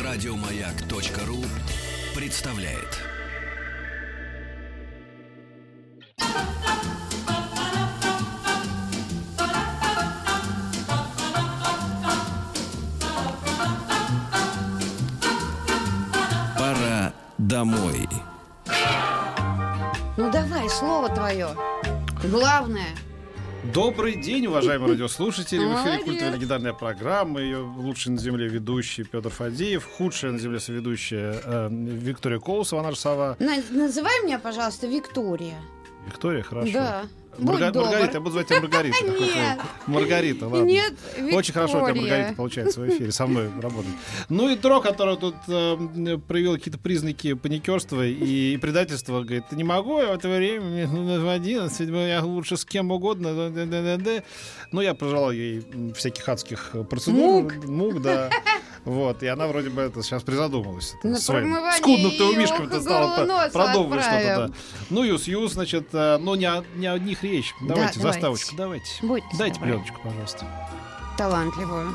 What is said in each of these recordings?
Радиомаяк.ру представляет. Пора домой. Ну давай, слово твое. Главное. Добрый день, уважаемые радиослушатели. В эфире Молодец. культовая легендарная программа. Ее лучший на земле ведущий Петр Фадеев, худшая на земле соведущая Виктория Колосова, она же сова. Называй меня, пожалуйста, Виктория. Виктория, хорошо. Да. Будь добр. Маргарита, я буду звать тебя Маргарита. Нет. Маргарита, ладно. Нет, Виктория. Очень хорошо у тебя Маргарита получается в эфире, со мной работать. Ну и Дро, который тут проявил какие-то признаки паникерства и предательства, говорит, не могу, я в это время, мне нужно в 11, я лучше с кем угодно. Ну, я прожал ей всяких адских процедур. Мук, да. Вот, и она вроде бы это сейчас призадумалась. На Своим промывание скудным ты её умишками стала носа продумывать что-то. отправим. Да. Ну, Юс, значит, ну, не о них речь. Давайте, давайте. заставочку, давайте. Будьте Дайте добры. пленочку, пожалуйста. Талантливую.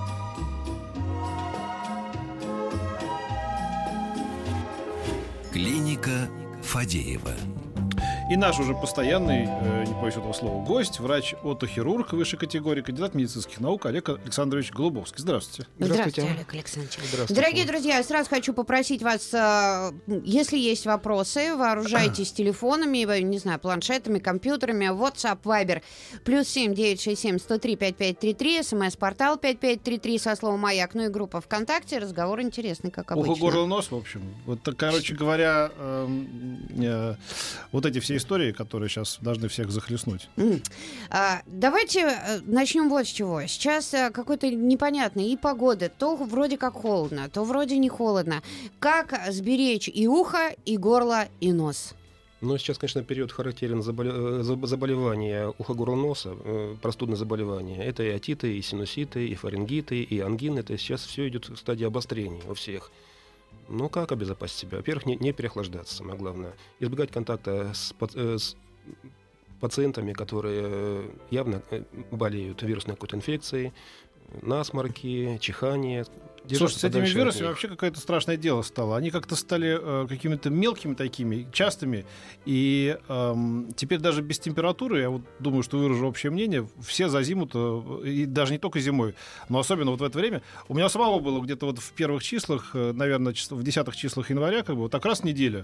Клиника Фадеева. И наш уже постоянный, не боюсь этого слова, гость, врач-отохирург высшей категории, кандидат медицинских наук Олег Александрович Голубовский. Здравствуйте. Здравствуйте, Олег Александрович. Здравствуйте. Дорогие друзья, я сразу хочу попросить вас, если есть вопросы, вооружайтесь телефонами, не знаю, планшетами, компьютерами, WhatsApp, Viber, +7 967 103 5533, смс-портал 5533 со словом «Маяк», ну и группа ВКонтакте. Разговор интересный, как обычно. Ухо, горло, нос, в общем. Вот, короче говоря, вот эти все истории, которые сейчас должны всех захлестнуть. Давайте начнем вот с чего. Сейчас какой-то непонятный и погода. То вроде как холодно, то вроде не холодно. Как сберечь и ухо, и горло, и нос? Но сейчас, конечно, период характерен заболевания уха-горла-носа, простудные заболевания. Это и отиты, и синуситы, и фарингиты, и ангины. То есть сейчас все идет в стадии обострения у всех. Ну, как обезопасить себя? Во-первых, не переохлаждаться, самое главное. Избегать контакта с пациентами, которые явно болеют вирусной какой-то инфекцией, насморки, чихание. Слушай, с этими вирусами вообще какое-то страшное дело стало. Они как-то стали какими-то мелкими такими, частыми. И теперь даже без температуры, я вот думаю, что выражу общее мнение, все за зиму-то, и даже не только зимой, но особенно вот в это время. У меня самого было где-то вот в первых числах, наверное, в 10 числах января, как бы вот так раз неделя.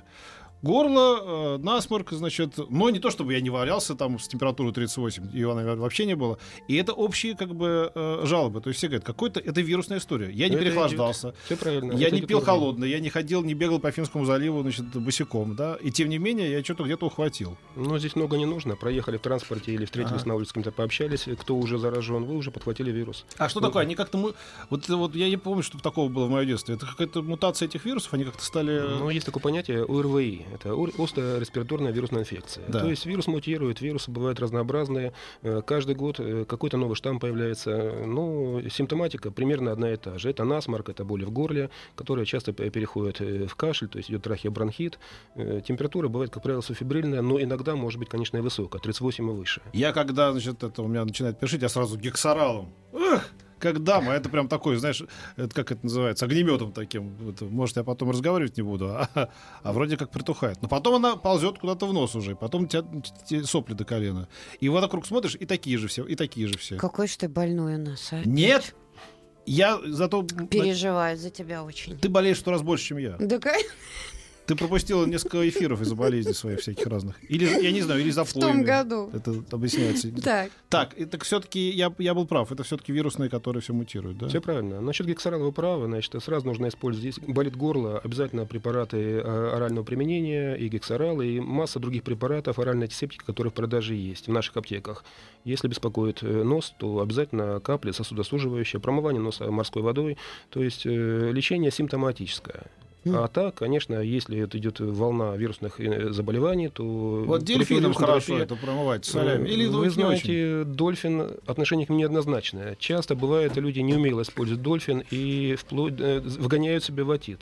Горло, насморк, значит, но не то, чтобы я не валялся там с температурой 38, ее, наверное, вообще не было. И это общие, как бы, жалобы. То есть все говорят, какой-то, это вирусная история. Я не переохлаждался, Все правильно. я Это не идет пил уже. холодное, я не ходил, не бегал по Финскому заливу, значит, босиком, да. И тем не менее, я что-то где-то ухватил. Но здесь много не нужно. Проехали в транспорте или встретились на улице, с кем-то пообщались. Кто уже заражен, вы уже подхватили вирус. А что такое? Они как-то... Вот я не помню, чтобы такого было в моем детстве. Это какая-то мутация этих вирусов, они как-то стали... Ну, есть такое понятие ОРВИ. Это респираторная вирусная инфекция. Да. То есть вирус мутирует, вирусы бывают разнообразные. Каждый год какой-то новый штамм появляется. Но симптоматика примерно одна и та же. Это насморк, это боли в горле, которые часто переходят в кашель, то есть идет трахеобронхит. Температура бывает, как правило, субфебрильная, но иногда может быть, конечно, и высокая, 38 и выше. Я когда, значит, это у меня начинает першить, я сразу гексоралом. Эх! Как дама, это прям такой, знаешь, это, как это называется, огнеметом таким. Это, может, я потом разговаривать не буду, а вроде как притухает. Но потом она ползет куда-то в нос уже, потом у тебя сопли до колена. И вот вокруг смотришь, и такие же все, и такие же все. Какой же ты больной у нас, а? Нет! Я зато... Переживаю за тебя очень. Ты болеешь в 100 раз больше, чем я. Да, Ты пропустила несколько эфиров из-за болезней своих всяких разных. Или, я не знаю, или за в том году. Это объясняется. Так. Так, это все-таки я был прав. Это все-таки вирусные, которые все мутируют, да? Все правильно. Насчет гексорала вы правы. Значит, сразу нужно использовать, если болит горло, обязательно препараты орального применения, и гексорал, и масса других препаратов, оральные антисептики, которые в продаже есть в наших аптеках. Если беспокоит нос, то обязательно капли сосудосуживающие, промывание носа морской водой, то есть лечение симптоматическое. А так, конечно, если это идет волна вирусных заболеваний, то... Вот дельфинам хорошо это промывать солями. Или вы очень? знаете, дольфин, отношение к нему неоднозначное. Часто бывает, люди неумело используют дольфин и вгоняют себя в отиты.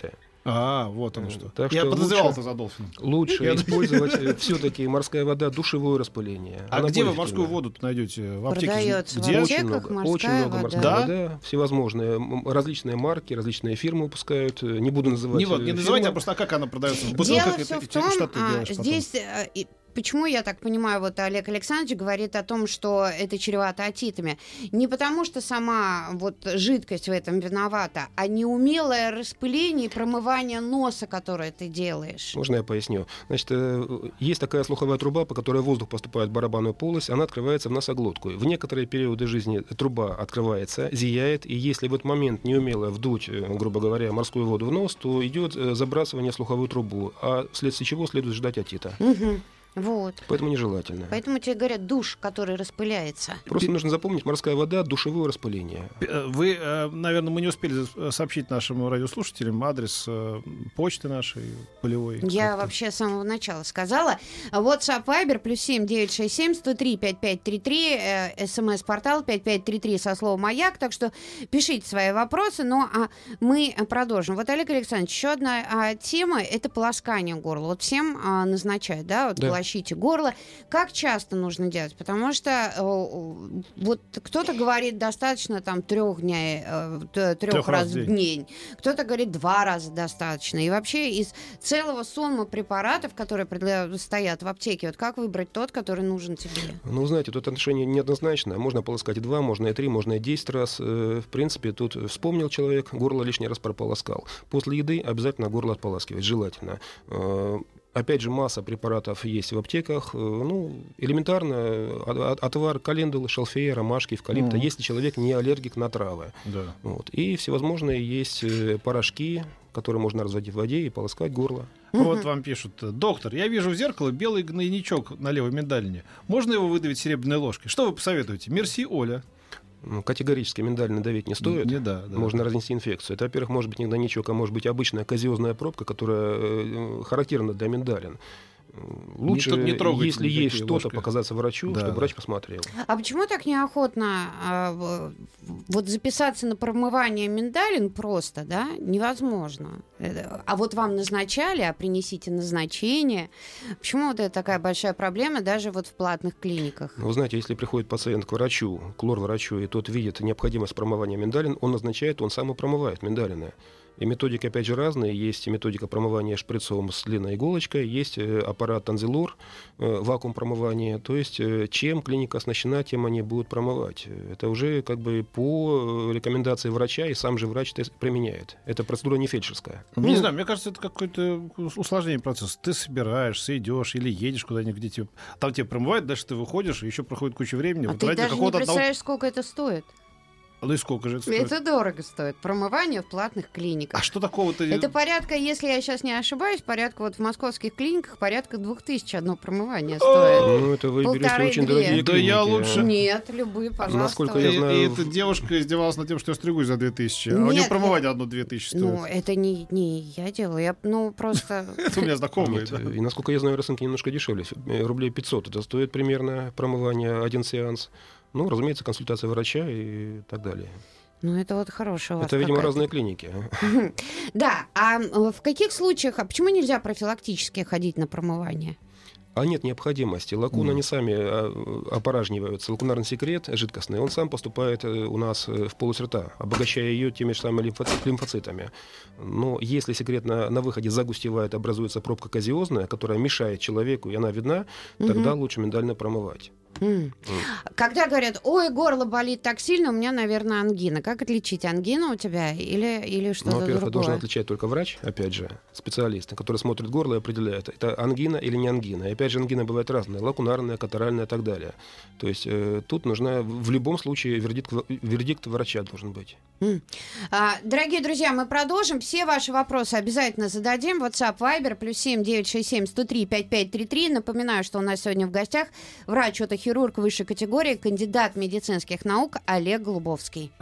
Вот оно что. Так Я что подозревал это за Долфин. Лучше использовать все-таки морская вода, душевое распыление. А Она где вы более морскую эффективна. воду найдете? В аптеке? Продается в Где? аптеках Очень морская много морской вода. воды, всевозможные, различные марки, различные фирмы выпускают. Не буду называть. Не называйте, фирмы. а просто как она продается? В Дело бутылках? все в И том, что ты делаешь потом? здесь... Почему, я так понимаю, вот Олег Александрович говорит о том, что это чревато отитами? Не потому, что сама вот жидкость в этом виновата, а неумелое распыление и промывание носа, которое ты делаешь. Можно я поясню? Значит, есть такая слуховая труба, по которой воздух поступает в барабанную полость, она открывается в носоглотку. В некоторые периоды жизни труба открывается, зияет, и если в этот момент неумело вдуть, грубо говоря, морскую воду в нос, то идет забрасывание в слуховую трубу, а вследствие чего следует ждать отита. Угу. Вот. Поэтому нежелательно. Поэтому тебе говорят душ, который распыляется. Просто нужно запомнить, морская вода, душевое распыление. Вы, наверное, мы не успели сообщить нашим радиослушателям адрес почты нашей полевой. Я как-то. вообще с самого начала сказала. WhatsApp Viber +7 967 103 5533, СМС-портал 5533 со словом «Маяк». Так что пишите свои вопросы. Ну, а мы продолжим. Вот, Олег Александрович, еще одна тема — это полоскание горла. Вот всем назначают, да, вот Да. полощите горло. Как часто нужно делать? Потому что вот кто-то говорит, достаточно там 3 раз в день. Кто-то говорит, 2 раза достаточно. И вообще из целого сонма препаратов, которые стоят в аптеке, вот как выбрать тот, который нужен тебе? Ну, знаете, тут отношение неоднозначно. Можно полоскать и 2, можно и 3, можно и 10 раз. В принципе, тут вспомнил человек, горло лишний раз прополоскал. После еды обязательно горло отполаскивать, желательно. Опять же, масса препаратов есть в аптеках. Ну, элементарно, отвар календулы, шалфея, ромашки, эвкалипта, если человек не аллергик на травы. Да. Вот. И всевозможные есть порошки, которые можно разводить в воде и полоскать горло. Вот вам пишут: доктор, я вижу в зеркало белый гнойничок на левой миндалине. Можно его выдавить серебряной ложкой? Что вы посоветуете? Мерси, Оля. Категорически миндалины давить не стоит. Да. Можно разнести инфекцию. Это, во-первых, может быть не гнойничок, а может быть обычная казиозная пробка, которая характерна для миндалин. Лучше, не трогайте если есть что-то, ложкой. Показаться врачу, чтобы врач посмотрел. А почему так неохотно вот записаться на промывание миндалин просто, да? Невозможно. А вот вам назначали, а принесите назначение. Почему вот это такая большая проблема даже вот в платных клиниках? Вы знаете, если приходит пациент к врачу, к лор-врачу, и тот видит необходимость промывания миндалин, он назначает, он сам и промывает миндалины. И методики, опять же, разные. Есть методика промывания шприцом с длинной иголочкой, есть аппарат Танзилор, вакуум промывания. То есть, чем клиника оснащена, тем они будут промывать. Это уже как бы по рекомендации врача, и сам же врач это применяет. Эта процедура не фельдшерская. Не знаю, мне кажется, это какое-то усложнение процесса. Ты собираешься, идешь или едешь куда-нибудь, где там тебя промывают, дальше ты выходишь, и еще проходит куча времени. А вот ты ради даже не какого-то представляешь, сколько это стоит. Ну и сколько же это стоит? Это дорого стоит. Промывание в платных клиниках. А что такого-то? Это порядка, если я сейчас не ошибаюсь, порядка вот в московских клиниках порядка 2000 одно промывание стоит. Ну, это вы берете 1,5-2. очень дорогие клиники. Да я лучше... Нет, любые, пожалуйста. Насколько я знаю... И эта девушка издевалась над тем, что я стригусь за 2000. А у нее Нет, промывание одно 2000 стоит. Ну, это не я делаю. Я, просто... Это у меня знакомые. Нет, да. и насколько я знаю, расценки немножко дешевле. Рублей 500 это стоит примерно промывание, один сеанс. Ну, разумеется, консультация врача и так далее. Ну, это вот хорошая у вас Это, видимо, какая-то. разные клиники. Да, а в каких случаях, а почему нельзя профилактически ходить на промывание? А нет необходимости. Лакуны, они сами опоражниваются. Лакунарный секрет жидкостный, он сам поступает у нас в полость рта, обогащая ее теми же самыми лимфоцитами. Но если секрет на выходе загустевает, образуется пробка казиозная, которая мешает человеку, и она видна, тогда лучше миндально промывать. Когда говорят, ой, горло болит так сильно, у меня, наверное, ангина. Как отличить, ангина у тебя или что-то Ну, во-первых, это должен другое? отличать только врач, опять же, специалист, который смотрит горло и определяет, это ангина или не ангина. И опять же, ангина бывает разная, лакунарная, катаральная и так далее. То есть тут нужна в любом случае вердикт врача должен быть. Дорогие друзья, мы продолжим. Все ваши вопросы обязательно зададим. WhatsApp, Viber, +7 967 103 5533. Напоминаю, что у нас сегодня в гостях врач-отохирург высшей категории, кандидат медицинских наук Олег Голубовский.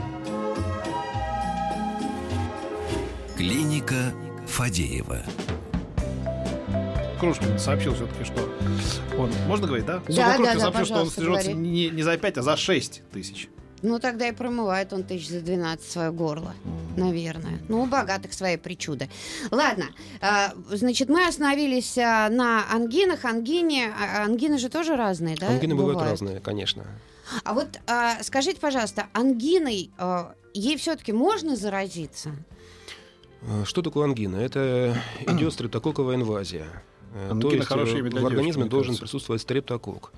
Клиника Фадеева. Крушкин сообщил все-таки, что он... Можно говорить, да? Да, Крушкин сообщил, что он пожалуйста, стрижется говори. не за 5, а за 6 тысяч. Ну, тогда и промывает он 1200 свое горло, наверное. Ну, у богатых свои причуды. Ладно, значит, мы остановились на ангинах. Ангины же тоже разные, да? Ангины бывают разные, конечно. А вот скажите, пожалуйста, ангиной ей все-таки можно заразиться? Что такое ангина? Это идет стрептококковая инвазия. То есть в организме должен присутствовать стрептококк.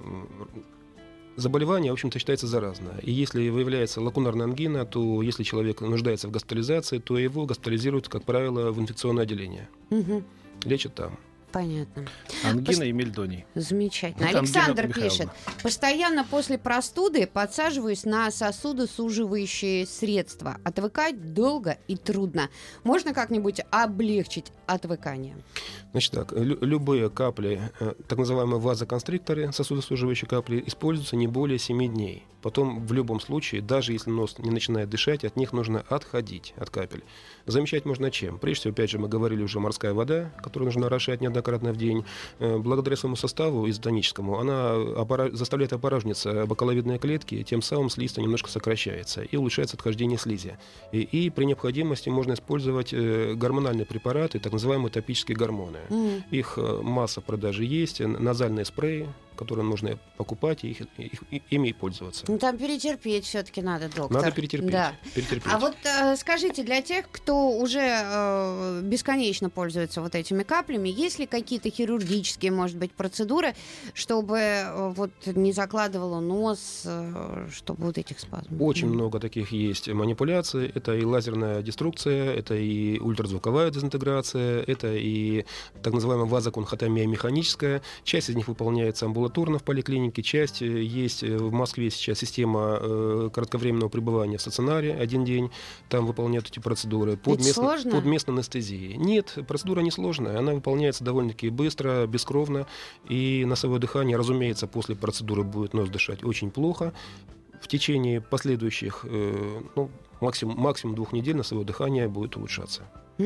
Заболевание, в общем-то, считается заразное. И если выявляется лакунарная ангина, то если человек нуждается в госпитализации, то его госпитализируют, как правило, в инфекционное отделение. Угу. Лечат там. Понятно. Ангина и мельдоний. Замечательно. Александр пишет: постоянно после простуды подсаживаюсь на сосудосуживающие средства. Отвыкать долго и трудно. Можно как-нибудь облегчить отвыкание? Значит так, любые капли, так называемые вазоконстрикторы, сосудосуживающие капли, используются не более 7 дней. Потом в любом случае, даже если нос не начинает дышать, от них нужно отходить, от капель. Замечать можно чем? Прежде всего, опять же, мы говорили уже, морская вода, которую нужно орошать неоднократно в день. Благодаря своему составу изотоническому, она заставляет опорожниться бакаловидные клетки, тем самым слизь немножко сокращается и улучшается отхождение слизи. И при необходимости можно использовать гормональные препараты, так называемые топические гормоны. Их масса в продаже есть, назальные спреи, которые нужно покупать и ими и пользоваться. Ну, там перетерпеть все-таки надо, доктор. Надо перетерпеть. Да. перетерпеть. А вот скажите, для тех, кто уже бесконечно пользуется вот этими каплями, есть ли какие-то хирургические, может быть, процедуры, чтобы вот не закладывало нос, чтобы вот этих спазмов? Очень много таких есть манипуляций. Это и лазерная деструкция, это и ультразвуковая дезинтеграция, это и так называемая вазоконхотомия механическая. Часть из них выполняется амбулаторно в поликлинике, часть есть в Москве сейчас система кратковременного пребывания в стационаре 1 день. Там выполняют эти процедуры под местной анестезией. Нет, процедура не сложная. Она выполняется довольно-таки быстро, бескровно. И носовое дыхание, разумеется, после процедуры будет нос дышать очень плохо. В течение последующих максимум 2 недель носовое дыхание будет улучшаться.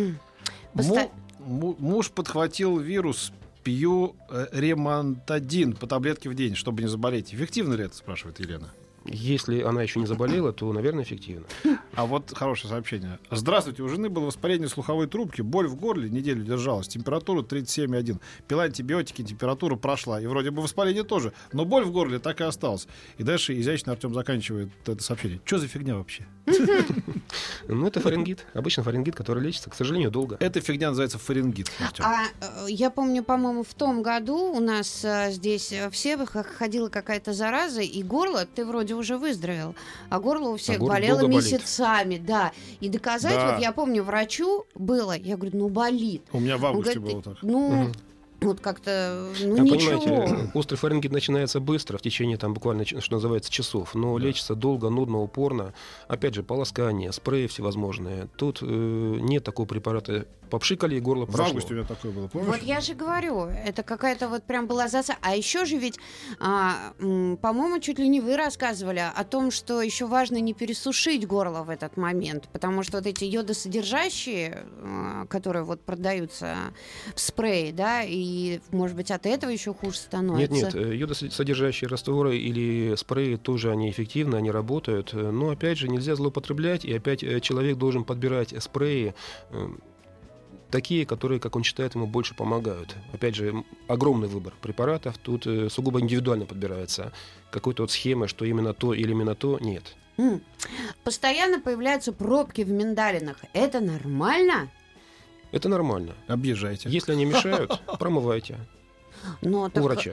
Муж подхватил вирус. Пью ремонтадин по таблетке в день, чтобы не заболеть. Эффективно ли это, спрашивает Елена? Если она еще не заболела, то, наверное, эффективно. А вот хорошее сообщение. Здравствуйте, у жены было воспаление слуховой трубки, боль в горле, неделю держалась, температура 37,1. Пила антибиотики, температура прошла. И вроде бы воспаление тоже, но боль в горле так и осталась. И дальше изящно Артем заканчивает это сообщение. Что за фигня вообще? Ну, это фарингит. Обычно фарингит, который лечится, к сожалению, долго. Эта фигня называется фарингит. Я помню, по-моему, в том году у нас здесь в Себах ходила какая-то зараза, и горло, ты вроде уже выздоровел, а горло у всех болело месяцами, да. И доказать, вот я помню, врачу было, я говорю, болит. У меня в августе было так. Вот как-то, ничего. Понимаете, острый фарингит начинается быстро, в течение буквально, что называется, часов, но лечится долго, нудно, упорно. Опять же, полоскание, спреи всевозможные. Тут нет такого препарата. Попшикали, и горло прошло. В августе у меня такое было, помнишь? Вот я же говорю, это какая-то вот прям была засада. А еще же ведь, по-моему, чуть ли не вы рассказывали о том, что еще важно не пересушить горло в этот момент, потому что вот эти йодосодержащие, которые вот продаются в спрее, да, и, может быть, от этого еще хуже становится. Нет, йодосодержащие растворы или спреи тоже они эффективны, они работают, но, опять же, нельзя злоупотреблять, и опять человек должен подбирать спреи, такие, которые, как он считает, ему больше помогают. Опять же, огромный выбор препаратов, тут сугубо индивидуально подбирается. Какой-то вот схемы, что именно то или именно то, нет. Постоянно появляются пробки в миндалинах. Это нормально? Это нормально. Объезжайте. Если они мешают, промывайте. У врача.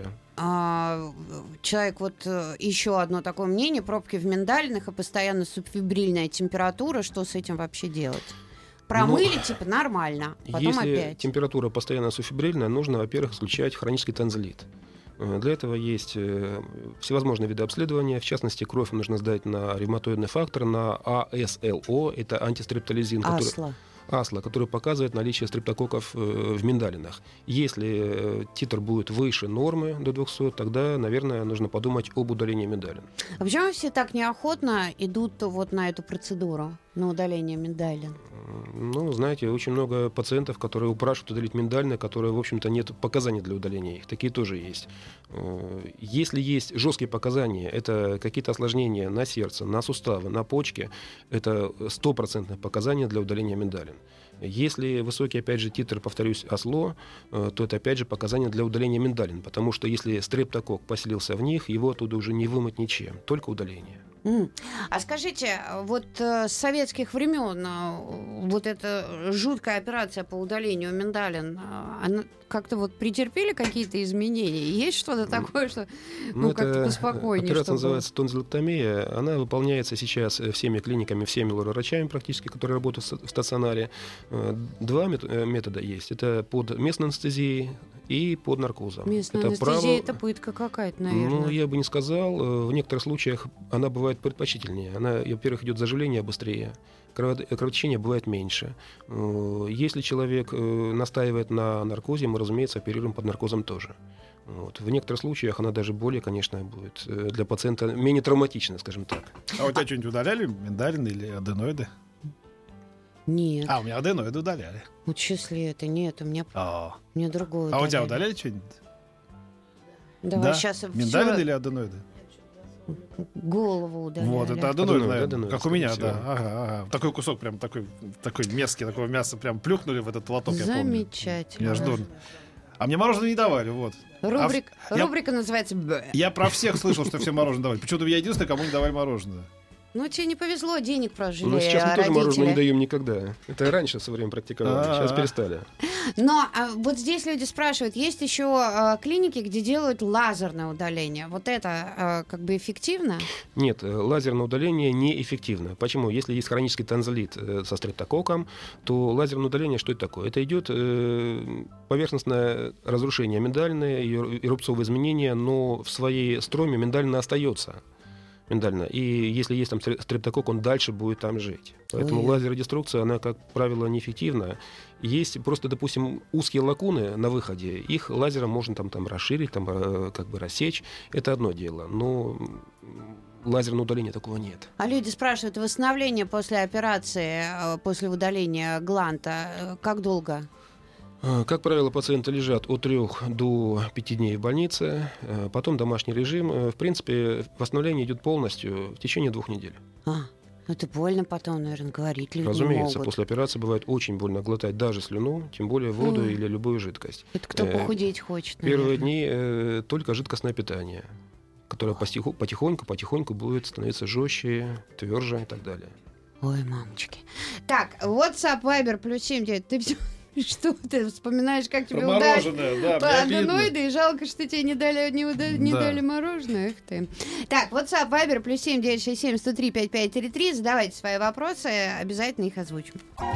Человек, вот еще одно такое мнение: пробки в миндалинах и постоянно субфебрильная температура. Что с этим вообще делать? Промыли, нормально, потом если опять. Температура постоянно субфебрильная, нужно, во-первых, исключать хронический танзелит. Для этого есть всевозможные виды обследования. В частности, кровь нужно сдать на ревматоидный фактор, на АСЛО, это антистрептолизин. АСЛО, который показывает наличие стрептококков в миндалинах. Если титр будет выше нормы до 200, тогда, наверное, нужно подумать об удалении миндалин. А почему все так неохотно идут вот на эту процедуру, на удаление миндалин? Ну, знаете, очень много пациентов, которые упрашивают удалить миндальное, которые, в общем-то, нет показаний для удаления их. Такие тоже есть. Если есть жесткие показания, это какие-то осложнения на сердце, на суставы, на почки, это 100% показания для удаления миндалин. Если высокий, опять же, титр, повторюсь, ОСЛО, то это, опять же, показания для удаления миндалин, потому что если стрептококк поселился в них, его оттуда уже не вымыть ничем, только удаление. А скажите, вот с советских времен вот эта жуткая операция по удалению миндалин, она как-то вот претерпели какие-то изменения? Есть что-то такое, что как-то поспокойнее? Операция называется тонзиллэктомия. Она выполняется сейчас всеми клиниками, всеми лор-врачами практически, которые работают в стационаре. Два метода есть. Это под местной анестезией и под наркозом. Местная анестезия — это пытка какая-то, наверное. Ну, я бы не сказал. В некоторых случаях она бывает предпочтительнее. Она, во-первых, идет заживление быстрее, кровотечение бывает меньше. Если человек настаивает на наркозе, мы, разумеется, оперируем под наркозом тоже. Вот. В некоторых случаях она даже более, конечно, будет для пациента менее травматична, скажем так. А у тебя что-нибудь удаляли? Миндалины или аденоиды? Нет. А, у меня аденоиды удаляли. Вот если это нет, у меня другое. А у тебя удаляли что-нибудь? Давай сейчас Миндалины или аденоиды? Голову удаляли. Вот, это аденоид, наверное, аденоид, как у меня, всего. да. Ага. Такой кусок прям такой мерзкий, такого мяса прям плюхнули в этот лоток, я помню. Замечательно. Я жду. А мне мороженое не давали, вот. Рубрика называется «Б». Я про всех слышал, что все мороженое давали. Почему-то я единственный, кому не давали мороженое. Ну, тебе не повезло, денег прожили. Но сейчас мы тоже мороженое не даем никогда. Это раньше со временем практиковали, сейчас перестали. Но вот здесь люди спрашивают, есть еще клиники, где делают лазерное удаление. Вот это как бы эффективно? Нет, лазерное удаление неэффективно. Почему? Если есть хронический тонзиллит со стрептококком, то лазерное удаление что это такое? Это идет поверхностное разрушение миндальное, ее рубцовые изменения, но в своей строме миндалина остается. Миндально. И если есть там стрептококк, он дальше будет там жить. Поэтому лазеродеструкция, она, как правило, неэффективна. Есть просто, допустим, узкие лакуны на выходе. Их лазером можно там расширить, как бы рассечь. Это одно дело. Но лазерного удаления такого нет. А люди спрашивают, восстановление после операции, после удаления гланта, как долго? Как правило, пациенты лежат от 3 до 5 дней в больнице, потом домашний режим. В принципе, восстановление идет полностью в течение 2 недель. Это больно потом, наверное, говорить люди Разумеется, не могут. После операции бывает очень больно глотать даже слюну, тем более воду или любую жидкость. Это кто похудеть хочет, наверное. Первые дни только жидкостное питание, которое потихоньку будет становиться жестче, тверже и так далее. Ой, мамочки. Так, WhatsApp, Viber, +7 9. Ты все... Что ты вспоминаешь, как тебе мороженое, по аденоиды, и жалко, что тебе не дали мороженое. Эх ты. Так, WhatsApp, Viber, +7 967 103 5533. Задавайте свои вопросы, обязательно их озвучим.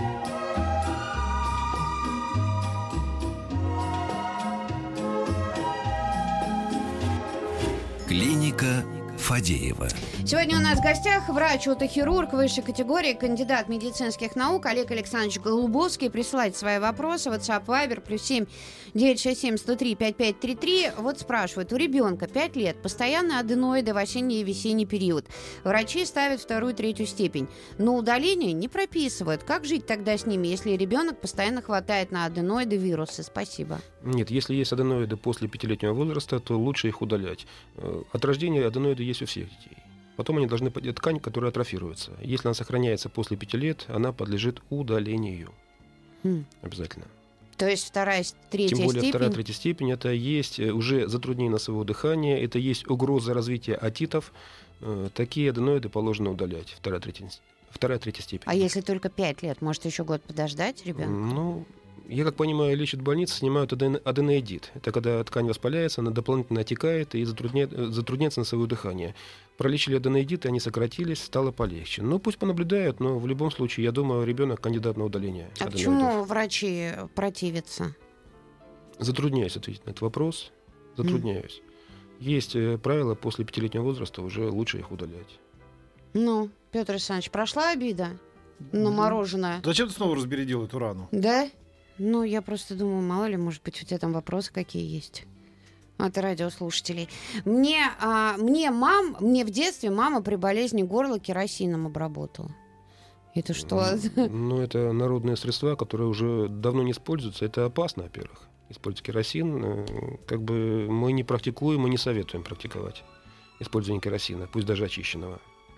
Клиника Фадеева. Сегодня у нас в гостях врач-отохирург высшей категории, кандидат медицинских наук Олег Александрович Голубовский. Присылайте свои вопросы. WhatsApp, Viber, +7 967 103 5533. Вот спрашивают, у ребенка 5 лет, постоянно аденоиды в осенний и весенний период. Врачи ставят 2-3 степень, но удаление не прописывают. Как жить тогда с ними, если ребенок постоянно хватает на аденоиды, вирусы? Спасибо. Нет, если есть аденоиды после 5-летнего возраста, то лучше их удалять. От рождения аденоиды есть у всех детей. Потом они должны быть ткань, которая атрофируется. Если она сохраняется после 5 лет, она подлежит удалению. Обязательно. То есть 2-3 степень? Тем более 2-3 степень, это есть уже затруднение носового дыхания, это есть угроза развития отитов. Такие аденоиды положено удалять. 2-3 степень. А если только 5 лет, может еще год подождать ребенка? Ну, я как понимаю, лечат в больнице, снимают аденоидит. Это когда ткань воспаляется, она дополнительно отекает и затрудняется носовое дыхание. Пролечили аденоидит, и они сократились, стало полегче. Ну, пусть понаблюдают, но в любом случае, я думаю, ребенок кандидат на удаление. А почему врачи противятся? Затрудняюсь ответить на этот вопрос. Затрудняюсь. Есть правила, после 5-летнего возраста уже лучше их удалять. Ну, Петр Александрович, прошла обида на мороженое? Зачем ты снова разбередил эту рану? Да? Ну, я просто думаю, мало ли, может быть, у тебя там вопросы какие есть от радиослушателей. Мне в детстве мама при болезни горла керосином обработала. Это что? Ну, это народные средства, которые уже давно не используются. Это опасно, во-первых. Использовать керосин. Как бы мы не практикуем, мы не советуем практиковать использование керосина, пусть даже очищенного.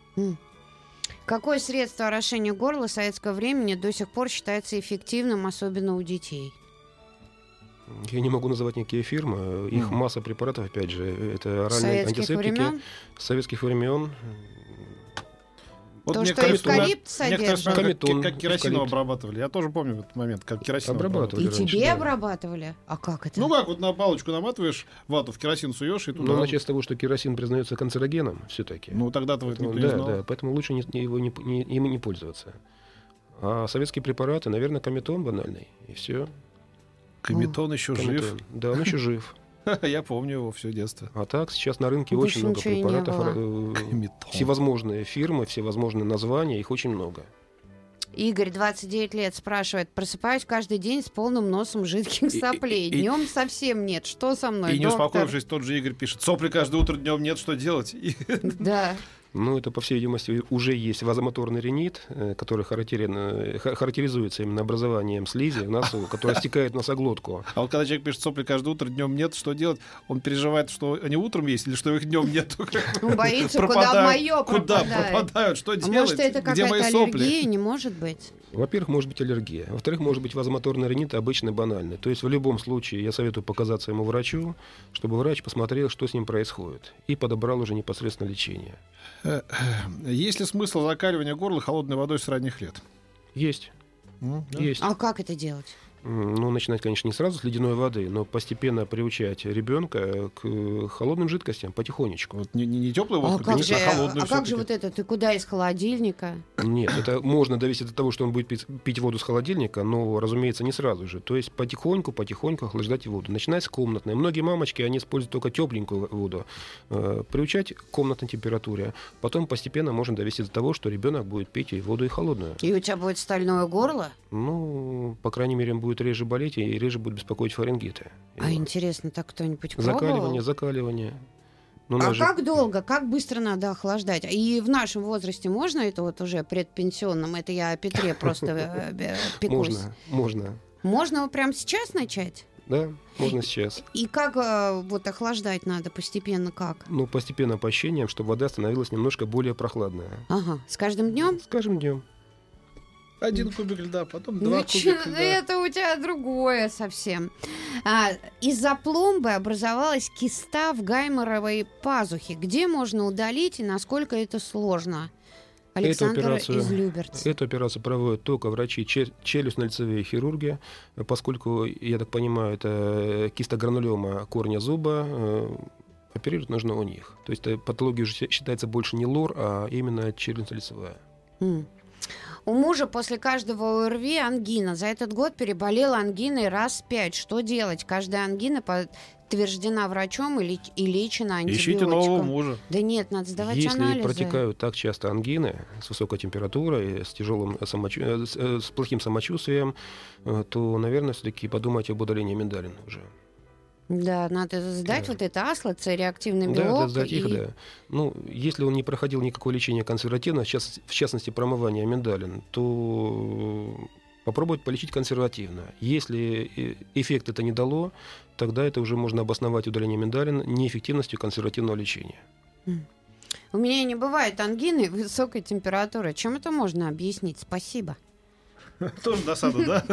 Какое средство орошения горла советского времени до сих пор считается эффективным, особенно у детей? Я не могу называть никакие фирмы. Их масса препаратов, опять же. Это оральные антисептики советских времен. Вот то, что эвкалипт содержит. Как керосином обрабатывали. Я тоже помню этот момент, как керосином обрабатывали. И раньше, тебе обрабатывали? А как это? Ну как, вот на палочку наматываешь вату, в керосин суешь и туда... Ну, начать с того, что керосин признается канцерогеном все-таки. Ну, тогда-то вот никто не знал. Да, поэтому лучше им не пользоваться. А советские препараты, наверное, кометон банальный, и все. Кометон еще жив? Да, он еще жив. Я помню его все детство. А так, сейчас на рынке очень много препаратов. Всевозможные фирмы, всевозможные названия, их очень много. Игорь, 29 лет, спрашивает: просыпаюсь каждый день с полным носом жидких соплей. Днем совсем нет. Что со мной, И не успокоившись, тот же Игорь пишет: сопли каждое утро, днем нет, что делать? Да. Ну, это, по всей видимости, уже есть вазомоторный ринит, который характеризуется именно образованием слизи в носу, которая стекает в носоглотку. А вот когда человек пишет: сопли каждое утро, днем нет, что делать? Он переживает, что они утром есть или что их днем нет? Он боится, куда мое пропадает. Куда пропадают, что делать? Может, это какая-то аллергия? Не может быть. Во-первых, может быть аллергия. Во-вторых, может быть вазомоторный ринит обычно банальный. То есть в любом случае я советую показаться ему врачу, чтобы врач посмотрел, что с ним происходит, и подобрал уже непосредственно лечение. Есть ли смысл закаливания горла холодной водой с ранних лет? Есть. Есть. А как это делать? Ну, начинать, конечно, не сразу с ледяной воды, но постепенно приучать ребенка к холодным жидкостям потихонечку. Вот не теплую воду, а холодную. А как же вот это? Ты куда, из холодильника? Нет, это можно довести до того, что он будет пить воду с холодильника, но, разумеется, не сразу же. То есть потихоньку охлаждать воду. Начиная с комнатной. Многие мамочки, они используют только тепленькую воду. Приучать к комнатной температуре. Потом постепенно можно довести до того, что ребенок будет пить и воду и холодную. И у тебя будет стальное горло? Ну, по крайней мере, он будет реже болеть и реже будет беспокоить фарингиты. Интересно, так кто-нибудь пробовал? Закаливание. Как долго, как быстро надо охлаждать? И в нашем возрасте можно это вот уже предпенсионном? Это я о Петре просто пекусь. Можно. Можно прямо сейчас начать? Да, можно сейчас. И как вот охлаждать надо постепенно, как? Ну, постепенно по ощущениям, чтобы вода становилась немножко более прохладная. Ага. С каждым днем? С каждым днем. 1 кубик льда, потом 2 кубика льда. Это у тебя другое совсем. Из-за пломбы образовалась киста в гайморовой пазухе. Где можно удалить и насколько это сложно? Александр из Люберца. Эту операцию проводят только врачи челюстно-лицевые хирурги, поскольку, я так понимаю, это кистогранулема корня зуба, оперировать нужно у них. То есть патология уже считается больше не лор, а именно челюстно-лицевая. У мужа после каждого ОРВИ ангина. За этот год переболела ангиной раз 5. Что делать? Каждая ангина подтверждена врачом и лечена антибиотиком. Ищите нового мужа. Да нет, надо сдавать анализы. Если протекают так часто ангины с высокой температурой, с плохим самочувствием, то, наверное, все-таки подумайте об удалении миндалин уже. Да, надо сдать вот это асло, С-реактивный белок. Да, сдать их, да. Ну, если он не проходил никакое лечение консервативно, в частности, промывание миндалин, то попробовать полечить консервативно. Если эффект это не дало, тогда это уже можно обосновать удаление миндалин неэффективностью консервативного лечения. У меня не бывает ангины высокой температуры. Чем это можно объяснить? Спасибо. Тоже досада, да?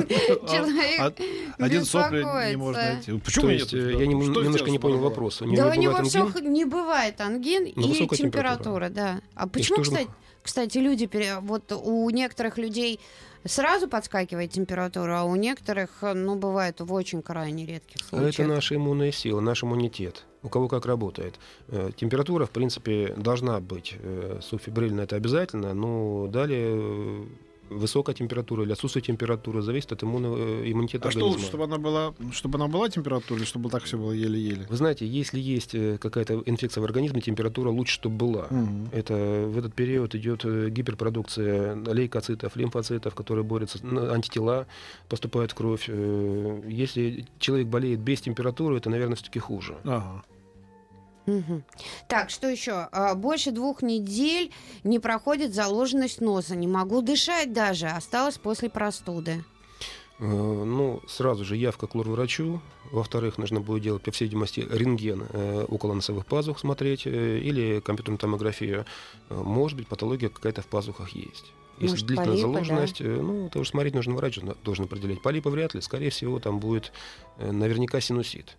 Один сопли не может найти. Почему нет? Я немножко не понял вопроса. Да у него все не бывает ангин и температура, да. А почему, кстати, люди, вот у некоторых людей сразу подскакивает температура, а у некоторых, бывает в очень крайне редких случаях. Это наша иммунная сила, наш иммунитет. У кого как работает. Температура, в принципе, должна быть. Субфебрильная это обязательно, но далее высокая температура или отсутствие температуры зависит от иммунитета организма. А что лучше, чтобы она была температура, или чтобы так все было еле-еле? Вы знаете, если есть какая-то инфекция в организме, температура лучше, чтобы была. В этот период идет гиперпродукция лейкоцитов, лимфоцитов, которые борются, антитела поступают в кровь. Если человек болеет без температуры, это, наверное, все-таки хуже. Ага. Угу. Так, что еще? Больше 2 недель не проходит заложенность носа. Не могу дышать даже. Осталось после простуды. Ну, сразу же явка к лор-врачу. Во-вторых, нужно будет делать, по всей видимости, рентген около носовых пазух смотреть или компьютерную томографию. Может быть, патология какая-то в пазухах есть. Если Может, длительная полипы, заложенность, ну, это уже смотреть нужно, врач должен определять. Полипы вряд ли. Скорее всего, там будет наверняка синусит.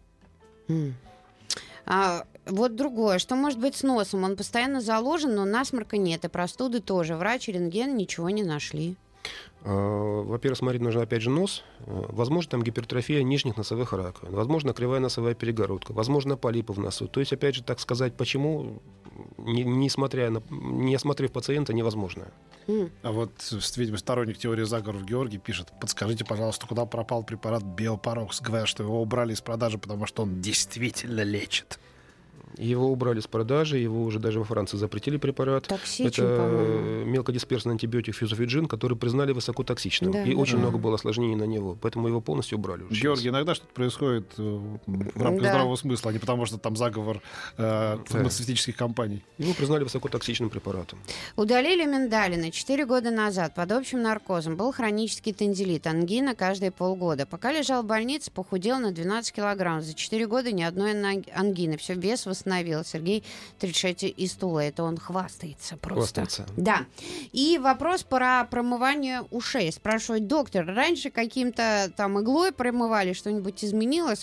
Вот другое. Что может быть с носом? Он постоянно заложен, но насморка нет. И простуды тоже. Врач и рентген ничего не нашли. Во-первых, смотреть нужно опять же нос. Возможно, там гипертрофия нижних носовых раковин. Возможно, кривая носовая перегородка. Возможно, полипы в носу. То есть, опять же, так сказать, почему, не осмотрев пациента, невозможно. А вот, видимо, сторонник теории заговоров Георгий пишет: подскажите, пожалуйста, куда пропал препарат Биопарокс? Говорят, что его убрали из продажи, потому что он действительно лечит. Его убрали с продажи, его уже даже во Франции запретили препарат. Токсичен, это по-моему. мелкодисперсный антибиотик физофиджин, который признали высокотоксичным. Да, и да, очень да. много было осложнений на него. Поэтому его полностью убрали. Уже Георгий, сейчас. иногда что-то происходит в рамках здравого смысла, а не потому, что там заговор фармацевтических компаний. Его признали высокотоксичным препаратом. Удалили миндалины 4 года назад под общим наркозом. Был хронический тонзиллит, ангина каждые полгода. Пока лежал в больнице, похудел на 12 килограмм. За 4 года ни одной ангины. Все, вес восстановил. Сергей, 36, из Тулы. Это он хвастается просто. Хвастается. Да. И вопрос про промывание ушей. Спрашивает доктор, раньше каким-то там иглой промывали, что-нибудь изменилось?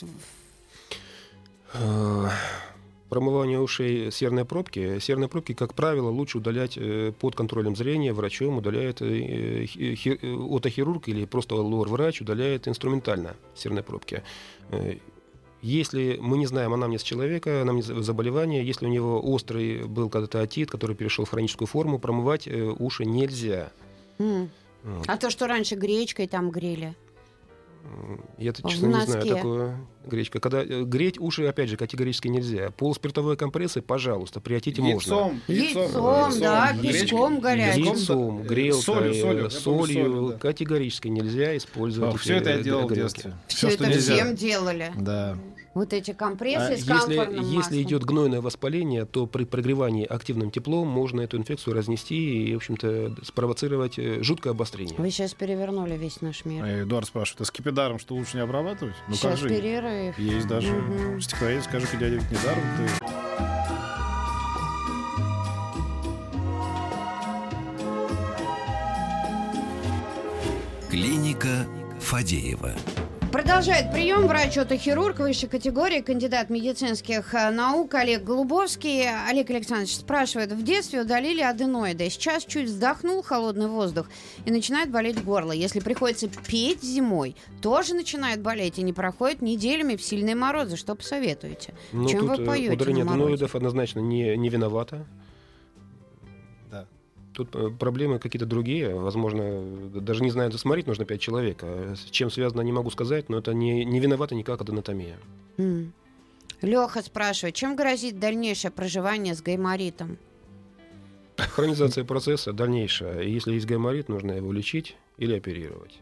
Промывание ушей серной пробки. Серные пробки, как правило, лучше удалять под контролем зрения. Врачом удаляет отохирург или просто лор-врач удаляет инструментально серные пробки. Если мы не знаем анамнез человека, анамнез заболевания, если у него острый был когда-то отит, который перешел в хроническую форму, промывать уши нельзя. А то, что раньше гречкой там грели? Я, честно, не знаю такое гречка. Когда греть уши, опять же, категорически нельзя. Полуспиртовой компрессы, пожалуйста, при отите можно. Яйцом, да, песком горячим. Яйцом, грелкой, солью да. Категорически нельзя использовать. Все это я делал в детстве. Все это всем делали. Да. Вот эти компрессы с комфортным маслом. Если идет гнойное воспаление, то при прогревании активным теплом можно эту инфекцию разнести и, в общем-то, спровоцировать жуткое обострение. Вы сейчас перевернули весь наш мир. Эдуард спрашивает, а скипидаром что лучше не обрабатывать? Ну Сейчас как же? перерыв. Есть даже стихотворение «Скажи-ка, дядя, ведь недаром ты». Клиника Фадеева. Продолжает прием врач-отохирург высшей категории, кандидат медицинских наук Олег Голубовский. Олег Александрович спрашивает, в детстве удалили аденоиды, сейчас чуть вздохнул холодный воздух и начинает болеть горло. Если приходится петь зимой, тоже начинает болеть и не проходит неделями в сильные морозы. Что посоветуете? Но Чем тут вы поете удаление на морозе? аденоидов однозначно не виновато. Да. Тут проблемы какие-то другие. Возможно, даже не знаю, смотреть нужно 5 человек. А с чем связано, не могу сказать, но это не виновата никак аденотомия. Леха спрашивает, чем грозит дальнейшее проживание с гайморитом? Хронизация процесса дальнейшая. И если есть гайморит, нужно его лечить или оперировать.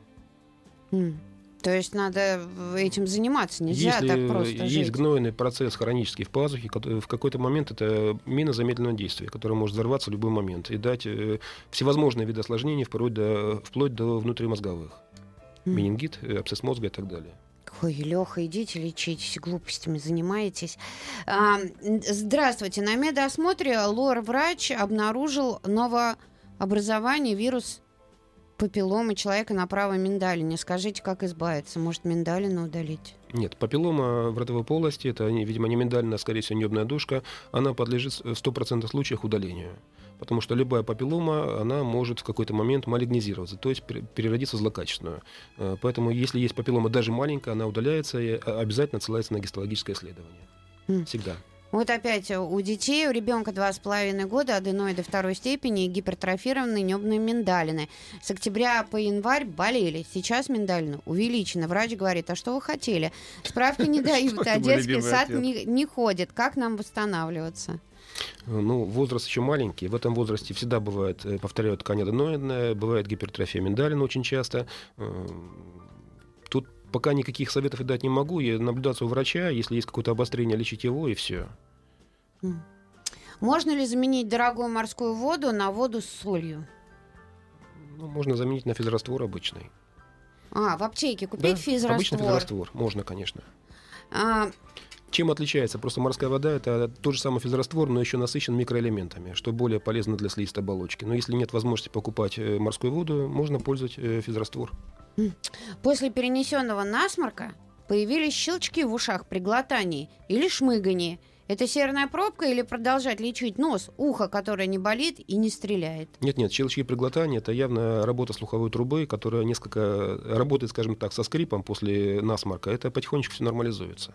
То есть надо этим заниматься, нельзя Если так просто есть жить. гнойный процесс хронический в пазухе, в какой-то момент это мина замедленного действия, которая может взорваться в любой момент и дать всевозможные виды осложнений вплоть до внутримозговых. Менингит, абсцесс мозга и так далее. Ой, Леха, идите лечитесь, глупостями занимаетесь. Здравствуйте. На медосмотре лор-врач обнаружил новообразование вирус папилломы человека на правой миндалине. Скажите, как избавиться? Может, миндалину удалить? Нет, папиллома в ротовой полости, это, видимо, не миндалина, а, скорее всего, небная душка, она подлежит в 100% случаях удалению. Потому что любая папиллома, она может в какой-то момент малигнизироваться, то есть переродиться в злокачественную. Поэтому, если есть папиллома даже маленькая, она удаляется и обязательно отсылается на гистологическое исследование. Всегда. Вот опять у детей, у ребенка 2,5 года аденоиды второй степени и гипертрофированные небные миндалины. С октября по январь болели. Сейчас миндалина увеличена. Врач говорит, а что вы хотели? Справки не дают, а детский сад не ходит. Как нам восстанавливаться? Ну, возраст еще маленький. В этом возрасте всегда бывает, повторяю, ткань аденоидная, бывает гипертрофия миндалина очень часто. Тут пока никаких советов дать не могу. Я наблюдаться у врача, если есть какое-то обострение, лечить его, и все. Можно ли заменить дорогую морскую воду на воду с солью? Можно заменить на физраствор обычный. В аптеке купить физраствор? Обычный физраствор можно, конечно. Чем отличается? Просто морская вода — это тот же самый физраствор, но еще насыщен микроэлементами, что более полезно для слизистой оболочки. Но если нет возможности покупать морскую воду, можно пользовать физраствор. После перенесенного насморка появились щелчки в ушах при глотании или шмыгании. Это серная пробка или продолжать лечить нос, ухо, которое не болит и не стреляет? Нет, щелчки при глотании — это явно работа слуховой трубы, которая несколько работает, скажем так, со скрипом после насморка. Это потихонечку все нормализуется.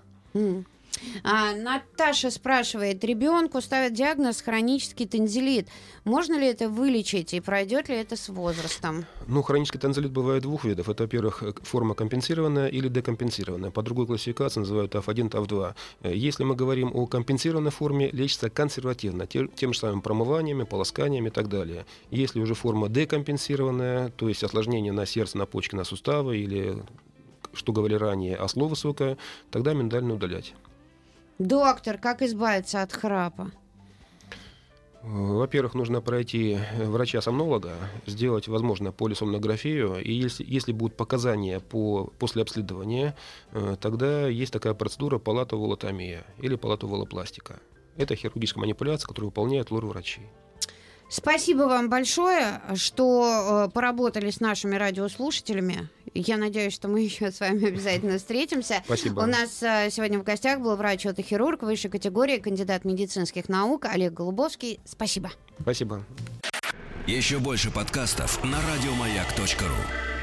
Наташа спрашивает, ребенку ставят диагноз хронический танзелит. Можно ли это вылечить и пройдет ли это с возрастом? Хронический танзелит бывает двух видов. Это, во-первых, форма компенсированная или декомпенсированная. По другой классификации называют ТАФ-1, ТАФ-2. Если мы говорим о компенсированной форме, лечится консервативно, тем же самым промываниями, полосканиями и так далее. Если уже форма декомпенсированная, то есть осложнение на сердце, на почки, на суставы или, что говорили ранее, осло высокое, тогда миндально удалять. Доктор, как избавиться от храпа? Во-первых, нужно пройти врача-сомнолога, сделать, возможно, полисомнографию, и если будут показания после обследования, тогда есть такая процедура палатоволотомия или палатоволопластика. Это хирургическая манипуляция, которую выполняют лор-врачи. Спасибо вам большое, что поработали с нашими радиослушателями. Я надеюсь, что мы еще с вами обязательно встретимся. Спасибо. У нас сегодня в гостях был врач-отохирург высшей категории, кандидат медицинских наук Олег Голубовский. Спасибо. Спасибо. Еще больше подкастов на радиомаяк.ру.